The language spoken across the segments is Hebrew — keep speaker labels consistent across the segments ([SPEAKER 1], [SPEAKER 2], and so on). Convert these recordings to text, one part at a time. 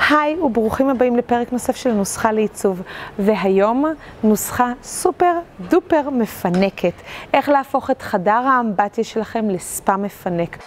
[SPEAKER 1] היי וברוכים הבאים לפרק נוסף של נוסחה לעיצוב, והיום נוסחה סופר דופר מפנקת, איך להפוך את חדר האמבטיה שלכם לספה מפנק.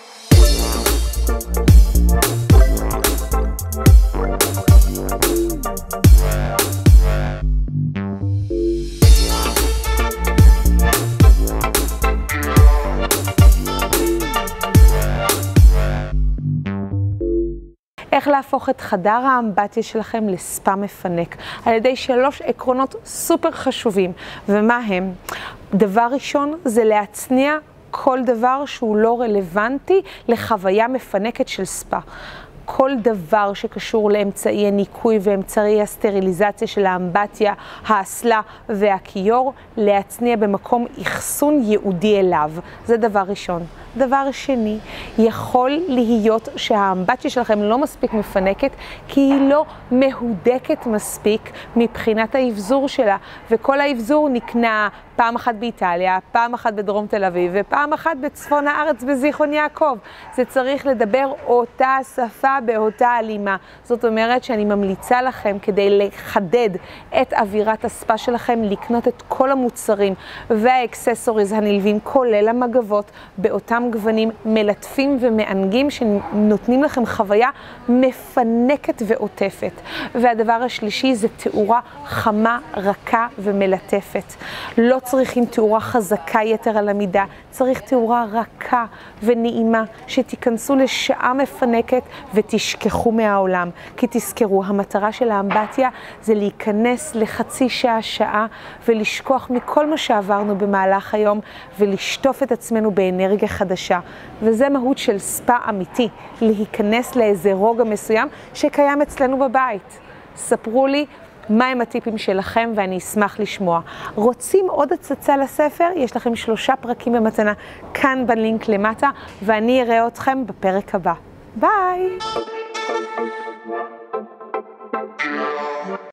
[SPEAKER 1] איך להפוך את חדר האמבטיה שלכם לספה מפנק, על ידי 3 עקרונות סופר חשובים. ומה הם? דבר ראשון זה להצניע כל דבר שהוא לא רלוונטי לחוויה מפנקת של ספה. כל דבר שקשור לאמצעי הניקוי ואמצעי הסטריליזציה של האמבטיה, האסלה והכיור, להצניע במקום אחסון ייעודי אליו. זה דבר ראשון. דבר שני, יכול להיות שהאמבטיה שלכם לא מספיק מפנקת, כי היא לא מהודקת מספיק מבחינת האבזור שלה, וכל האבזור נקנה פעם אחת באיטליה, פעם אחת בדרום תל אביב, ופעם אחת בצפון הארץ בזיכרון יעקב. זה צריך לדבר אותה שפה באותה הלימה. זאת אומרת שאני ממליצה לכם, כדי לחדד את אווירת הספה שלכם, לקנות את כל המוצרים והאקססוריז הנלווים, כולל המגבות, באותם גוונים מלטפים ומענגים שנותנים לכם חוויה מפנקת ועוטפת. והדבר השלישי זה תאורה חמה, רכה ומלטפת. לא צריכים תאורה חזקה יתר על המידה, צריך תאורה רכה ונעימה, שתיכנסו לשעה מפנקת ותשכחו מהעולם. כי תזכרו, המטרה של האמבטיה זה להיכנס לחצי שעה ולשכוח מכל מה שעברנו במהלך היום, ולשטוף את עצמנו באנרגיה חדשה. וזה מהות של ספה אמיתי, להיכנס לאיזה רוגע מסוים שקיים אצלנו בבית. ספרו לי מהם הטיפים שלכם ואני אשמח לשמוע. רוצים עוד הצצה לספר? יש לכם 3 פרקים במתנה כאן בלינק למטה, ואני אראה אתכם בפרק הבא. ביי!